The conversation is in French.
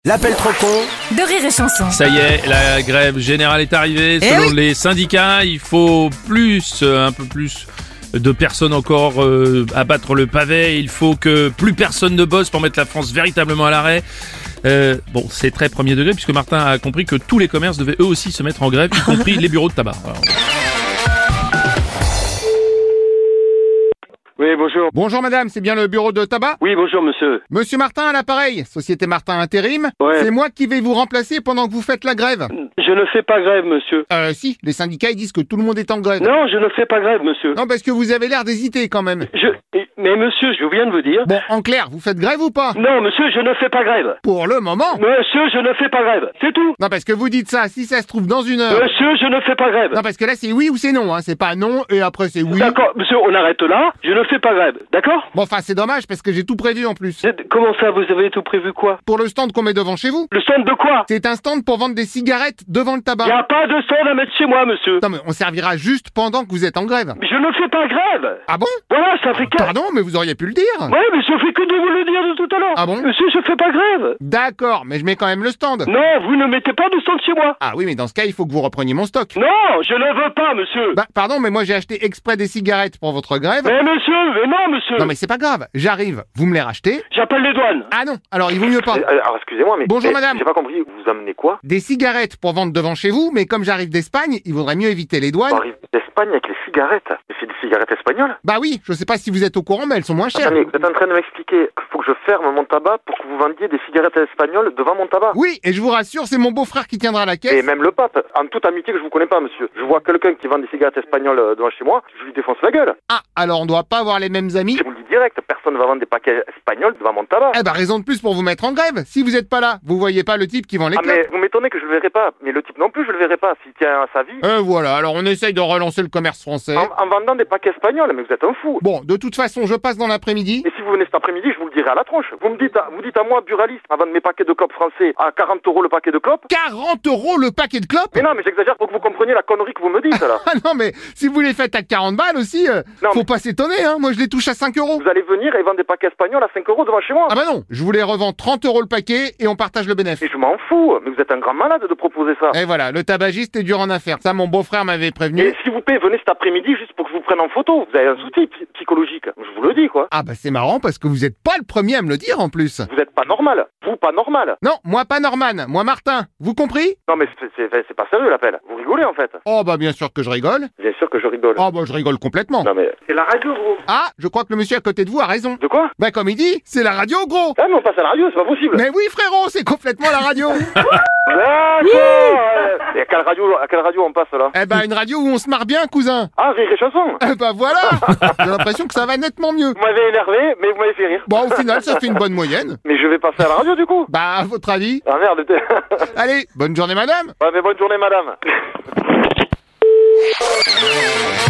L'appel trop con de Rire et Chanson. Ça y est, la grève générale est arrivée. Selon les syndicats, il faut un peu plus de personnes encore à battre le pavé. Il faut que plus personne ne bosse pour mettre la France véritablement à l'arrêt. Bon, c'est très premier degré puisque Martin a compris que tous les commerces devaient eux aussi se mettre en grève, y compris les bureaux de tabac. Alors... Oui, bonjour. Bonjour madame, c'est bien le bureau de tabac? Oui, bonjour monsieur. Monsieur Martin à l'appareil, Société Martin Intérim. Ouais. C'est moi qui vais vous remplacer pendant que vous faites la grève. Je ne fais pas grève, monsieur. Si, les syndicats ils disent que tout le monde est en grève. Non, je ne fais pas grève, monsieur. Non, parce que vous avez l'air d'hésiter quand même. Mais monsieur, je viens de vous dire... Bon, en clair, vous faites grève ou pas? Non, monsieur, je ne fais pas grève. Pour le moment. Monsieur, je ne fais pas grève. C'est tout. Non, parce que vous dites ça, si ça se trouve dans une heure. Monsieur, je ne fais pas grève. Non, parce que là c'est oui ou c'est non, hein. C'est pas non et après c'est oui. D'accord, monsieur, on arrête là. Je ne fais pas grève. D'accord? Bon, enfin c'est dommage parce que j'ai tout prévu en plus. Comment ça, vous avez tout prévu quoi? Pour le stand qu'on met devant chez vous. Le stand de quoi? C'est un stand pour vendre des cigarettes devant le tabac. Il n'y a pas de stand à mettre chez moi, monsieur. Non mais on servira juste pendant que vous êtes en grève. Je ne fais pas grève. Ah bon? Voilà, ça fait Pardon, mais vous auriez pu le dire. Ouais, mais je fais que de vous le dire de tout à l'heure. Ah bon? Monsieur, je fais pas grève. D'accord, mais je mets quand même le stand. Non, vous ne mettez pas de stand chez moi. Ah oui, mais dans ce cas, il faut que vous repreniez mon stock. Non, je ne veux pas, monsieur. Bah, pardon, mais moi j'ai acheté exprès des cigarettes pour votre grève. Mais non, monsieur. Non mais c'est pas grave, j'arrive, vous me les rachetez. J'appelle les douanes. Ah non, alors il vaut mieux pas. Alors excusez-moi, mais... Bonjour, madame. J'ai pas compris, vous amenez quoi? Des cigarettes pour vendre devant chez vous, mais comme j'arrive d'Espagne, il vaudrait mieux éviter les douanes. On arrive d'Espagne avec les cigarettes. Mais c'est des cigarettes espagnoles? Bah oui, je sais pas si vous êtes au courant, mais elles sont moins chères. Attendez, vous êtes en train de m'expliquer qu'il faut que je ferme mon tabac pour que vous vendiez des cigarettes espagnoles devant mon tabac? Oui, et je vous rassure, c'est mon beau-frère qui tiendra la caisse. Et même le pape, en toute amitié que je vous connais pas, monsieur. Je vois quelqu'un qui vend des cigarettes espagnoles devant chez moi, je lui défonce la gueule. Ah, alors on doit pas avoir les mêmes amis? Je vous le dis direct, personne va vendre des paquets espagnols devant mon tabac. Eh bah raison de plus pour vous mettre en grève. Si vous êtes pas là, vous voyez pas le type qui vend les Ah clopes. mais vous m'étonnez que je le verrai pas. Mais le type non plus, je le verrai pas. S'il tient à sa vie. Voilà, alors on essaye de relancer le commerce français. En vendant des paquets espagnols, mais vous êtes un fou. Bon, de toute façon, je passe dans l'après-midi. Et si vous venez cet après-midi, je vous le dirai à la tronche. Vous dites à moi, buraliste, à vendre mes paquets de clopes français à 40 € le paquet de clopes. 40 € le paquet de clopes? Mais non, mais j'exagère pour que vous compreniez la connerie que vous me dites, là. Ah non, mais si vous les faites à 40 balles aussi, Non, faut mais- pas s'étonner, hein. Moi, je les touche à 5 €. Vous allez venir et vendre des paquets espagnols à 5 € devant chez moi. Ah bah non, je vous les revends 30 € le paquet et on partage le bénéfice. Et je m'en fous. Mais vous êtes un grand malade de proposer ça. Et voilà, le tabagiste est dur en affaires. Ça, mon beau-frère m'avait prévenu. Et s'il vous plaît, venez cet après-midi juste pour que je vous prenne en photo. Vous avez un souci psychologique. Je vous le dis, quoi. Ah bah c'est marrant parce que vous êtes pas le premier à me le dire en plus. Vous êtes pas normal. Vous, pas normal. Non, moi pas Norman, moi Martin. Vous compris? Non, mais c'est pas sérieux, l'appel. Vous rigolez, en fait. Oh bah bien sûr que je rigole. Bien sûr que je rigole. Oh bah je rigole complètement. Non, mais c'est la radio, gros. Ah, je crois que le monsieur à côté de vous a raison. De quoi? Bah comme il dit, c'est la radio gros. Ah, mais on passe à la radio, c'est pas possible. Mais oui frérot, c'est complètement la radio. D'accord. Et à quelle radio on passe, là? Eh bah une radio où on se marre bien cousin. Ah, Rire et Chanson. Eh bah voilà. J'ai l'impression que ça va nettement mieux. Vous m'avez énervé, mais vous m'avez fait rire. Bon au final ça fait une bonne moyenne. Mais je vais passer à la radio, du coup. Bah à votre avis? Ah merde. Allez, bonne journée madame. Ouais, mais bonne journée, madame.